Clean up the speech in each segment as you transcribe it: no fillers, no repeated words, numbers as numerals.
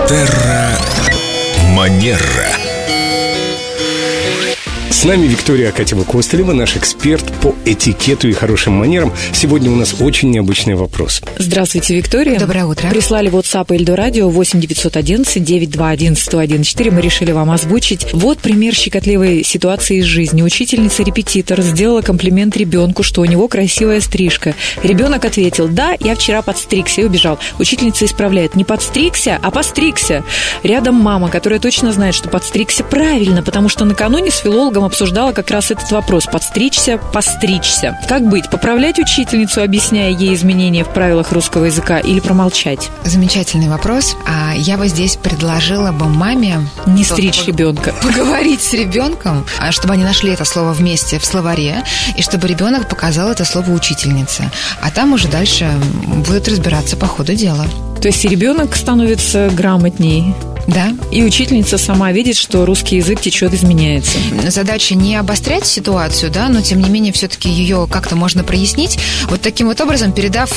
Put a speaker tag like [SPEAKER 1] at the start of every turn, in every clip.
[SPEAKER 1] Терра Манера.
[SPEAKER 2] С нами Виктория Акатьева-Костылева, наш эксперт по этикету и хорошим манерам. Сегодня у нас очень необычный вопрос.
[SPEAKER 3] Здравствуйте, Виктория.
[SPEAKER 4] Доброе утро.
[SPEAKER 3] Прислали WhatsApp и Эльдо Радио 8-911-921-1014. Мы решили вам озвучить. Вот пример щекотливой ситуации из жизни. Учительница-репетитор сделала комплимент ребенку, что у него красивая стрижка. Ребенок ответил: да, я вчера подстригся, и убежал. Учительница исправляет: не подстригся, а постригся. Рядом мама, которая точно знает, что подстригся правильно, потому что накануне с филологом обсуждала как раз этот вопрос: подстричься, постричься. Как быть? Поправлять учительницу, объясняя ей изменения в правилах русского языка, или промолчать?
[SPEAKER 4] Замечательный вопрос. Я бы здесь предложила бы маме
[SPEAKER 3] не стричь ребенка.
[SPEAKER 4] Поговорить с ребенком, чтобы они нашли это слово вместе в словаре, и чтобы ребенок показал это слово учительнице. А там уже дальше будут разбираться по ходу дела.
[SPEAKER 3] То есть и ребенок становится грамотней.
[SPEAKER 4] Да.
[SPEAKER 3] И учительница сама видит, что русский язык течет, изменяется.
[SPEAKER 4] Задача не обострять ситуацию, да, но тем не менее все-таки ее как-то можно прояснить. Вот таким вот образом, передав,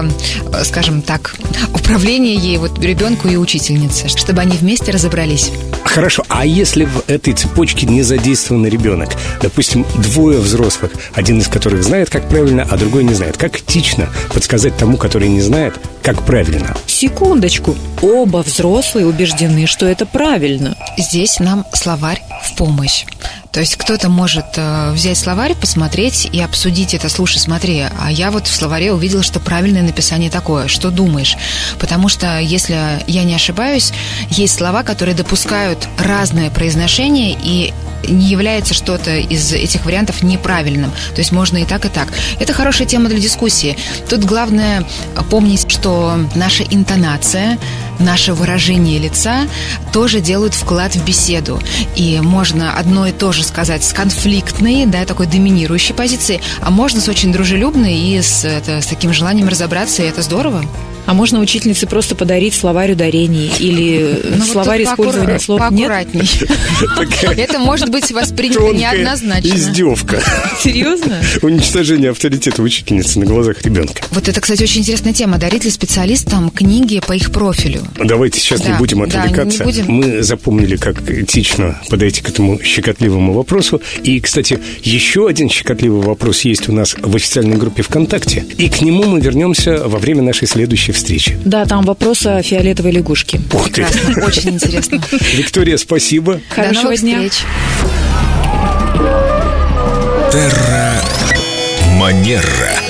[SPEAKER 4] скажем так, управление ей вот ребенку и учительнице, чтобы они вместе разобрались.
[SPEAKER 2] Хорошо, а если в этой цепочке не задействован ребенок? Допустим, двое взрослых, один из которых знает, как правильно, а другой не знает. Как этично подсказать тому, который не знает, как правильно?
[SPEAKER 3] Секундочку. Оба взрослые убеждены, что это правильно.
[SPEAKER 4] Здесь нам словарь в помощь. То есть кто-то может взять словарь, посмотреть и обсудить это. Слушай, смотри, а я вот в словаре увидела, что правильное написание такое. Что думаешь? Потому что, если я не ошибаюсь, есть слова, которые допускают разное произношение, и не является что-то из этих вариантов неправильным. То есть можно и так, и так. Это хорошая тема для дискуссии. Тут главное помнить, что наша интонация, наше выражение лица тоже делают вклад в беседу. И можно одно и то же сказать с конфликтной, да, такой доминирующей позиции, а можно с очень дружелюбной и с таким желанием разобраться, и это здорово.
[SPEAKER 3] А можно учительнице просто подарить словарь ударений или словарь использования слов.
[SPEAKER 4] Поаккуратней. Это может быть воспринято неоднозначно.
[SPEAKER 2] Издевка.
[SPEAKER 3] Серьезно?
[SPEAKER 2] Уничтожение авторитета учительницы на глазах ребенка.
[SPEAKER 4] Вот это, кстати, очень интересная тема. Дарить ли специалистам книги по их профилю?
[SPEAKER 2] Давайте сейчас не будем отвлекаться. Мы запомнили, как этично подойти к этому щекотливому вопросу. И, кстати, еще один щекотливый вопрос есть у нас в официальной группе ВКонтакте. И к нему мы вернемся во время нашей следующей встречи.
[SPEAKER 3] Да, там вопрос о фиолетовой лягушке.
[SPEAKER 4] Прекрасно, очень интересно.
[SPEAKER 2] Виктория, спасибо.
[SPEAKER 3] Хорошего дня.
[SPEAKER 4] Встреч.
[SPEAKER 1] Терра Манера.